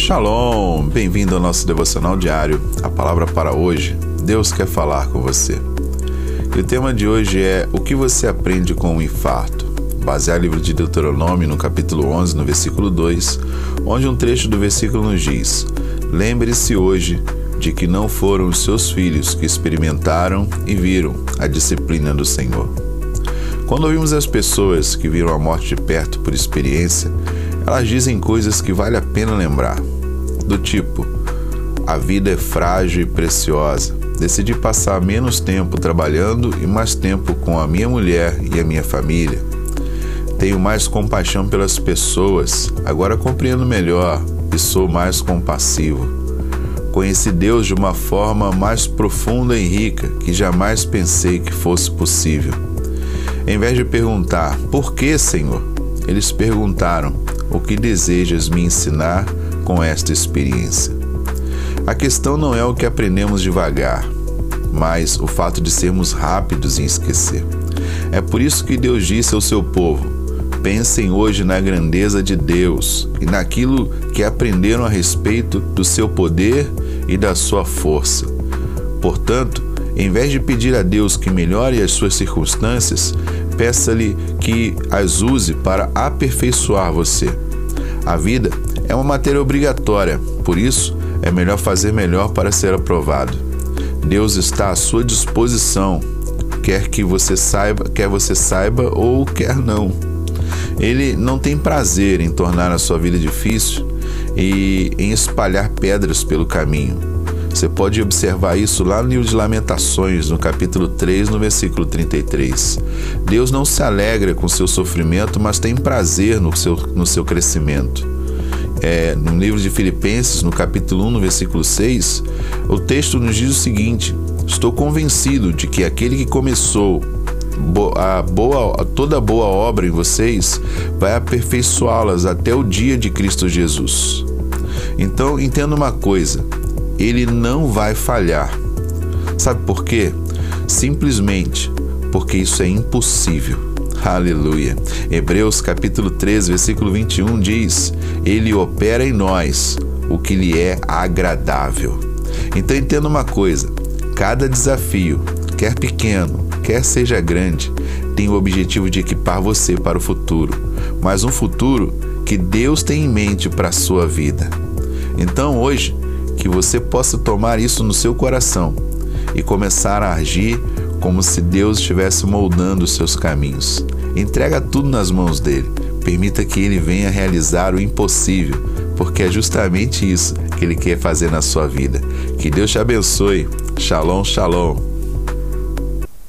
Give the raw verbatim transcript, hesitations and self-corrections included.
Shalom, bem-vindo ao nosso devocional diário. A palavra para hoje, Deus quer falar com você. E o tema de hoje é o que você aprende com o infarto, baseado no livro de Deuteronômio, no capítulo onze, no versículo dois, onde um trecho do versículo nos diz: lembre-se hoje de que não foram os seus filhos que experimentaram e viram a disciplina do Senhor. Quando ouvimos as pessoas que viram a morte de perto por experiência, elas dizem coisas que vale a pena lembrar, do tipo: a vida é frágil e preciosa, decidi passar menos tempo trabalhando e mais tempo com a minha mulher e a minha família. Tenho mais compaixão pelas pessoas, agora compreendo melhor e sou mais compassivo. Conheci Deus de uma forma mais profunda e rica que jamais pensei que fosse possível. Em vez de perguntar, por que, Senhor? Eles perguntaram, o que desejas me ensinar com esta experiência? A questão não é o que aprendemos devagar, mas o fato de sermos rápidos em esquecer. É por isso que Deus disse ao seu povo: pensem hoje na grandeza de Deus e naquilo que aprenderam a respeito do seu poder e da sua força. Portanto, em vez de pedir a Deus que melhore as suas circunstâncias, peça-lhe que as use para aperfeiçoar você. A vida é uma matéria obrigatória, por isso é melhor fazer melhor para ser aprovado. Deus está à sua disposição, quer que você saiba, quer você saiba ou quer não. Ele não tem prazer em tornar a sua vida difícil e em espalhar pedras pelo caminho. Você pode observar isso lá no livro de Lamentações, no capítulo três, no versículo trinta e três. Deus não se alegra com seu sofrimento, mas tem prazer no seu, no seu crescimento. É, no livro de Filipenses, no capítulo um, no versículo seis, o texto nos diz o seguinte: estou convencido de que aquele que começou a boa, toda boa obra em vocês vai aperfeiçoá-las até o dia de Cristo Jesus. Então, entenda uma coisa: ele não vai falhar. Sabe por quê? Simplesmente porque isso é impossível. Aleluia. Hebreus capítulo três, versículo vinte e um diz: ele opera em nós o que lhe é agradável. Então entenda uma coisa: cada desafio, quer pequeno, quer seja grande, tem o objetivo de equipar você para o futuro, mas um futuro que Deus tem em mente para a sua vida. Então hoje, que você possa tomar isso no seu coração e começar a agir como se Deus estivesse moldando os seus caminhos. Entrega tudo nas mãos dele. Permita que ele venha realizar o impossível, porque é justamente isso que ele quer fazer na sua vida. Que Deus te abençoe. Shalom, shalom.